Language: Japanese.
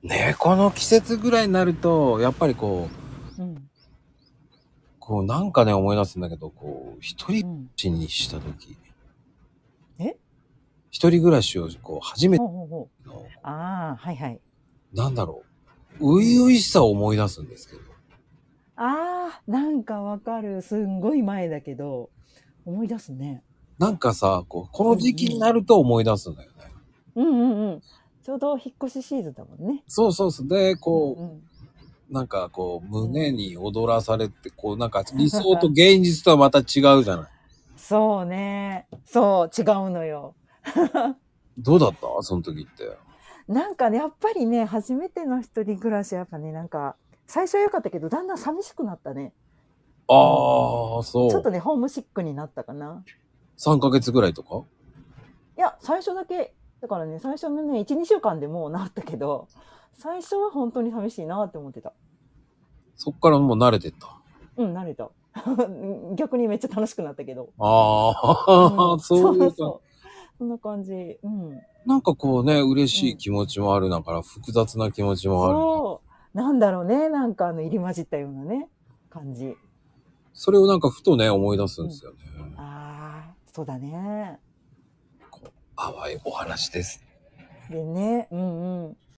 ね、この季節ぐらいになると、やっぱりこう、 うん。 なんかね、思い出すんだけど、一人暮らうん。 しにした時、 え？ 一人暮らしを初めてほうほうほう。 の、 ああ、はいはい。 なんだろう、初うん。 々しさを思い出すんですけど。 ああ、なんかわかる。すんごい前だけど、思い出すね。 なんかさ、このうん時期にうん。 なると思い出すんだよね。 うんうんうん。ちょうど引っ越しシーズンだもんね。 そうそうそう。で、 うんうん。 なんかうん。 胸に踊らされて、なんか理想と現実とはまた違うじゃない。 そうね。そう、違うのよ。 どうだったその時って。 なんかね、やっぱりね、初めての一人暮らしはやっぱね、なんか、最初は良かったけど、だんだん寂しくなったね。うん。 ああ、そう。 ちょっとね、ホームシックになったかな。 3ヶ月ぐらいとか。 いや、最初だけ、だからね、最初のね、1、2週間でもう治ったけど、最初は本当に寂しいなって思ってた。 そっからもう慣れてった。 うん、慣れた。逆にめっちゃ楽しくなったけど。うああ、 ん、 そういうか。 そうそう。そんな感じ。うん。 なんか嬉しいうん。 気持ちもあるながら、複雑な気持ちもあるな。 そう。なんだろうね。なんか入り混じったようなね、感じ。 それをなんかふとね、思い出すんうん。 ですよね。 ああ、そうだね。 淡いお話です。 でね、うんうん。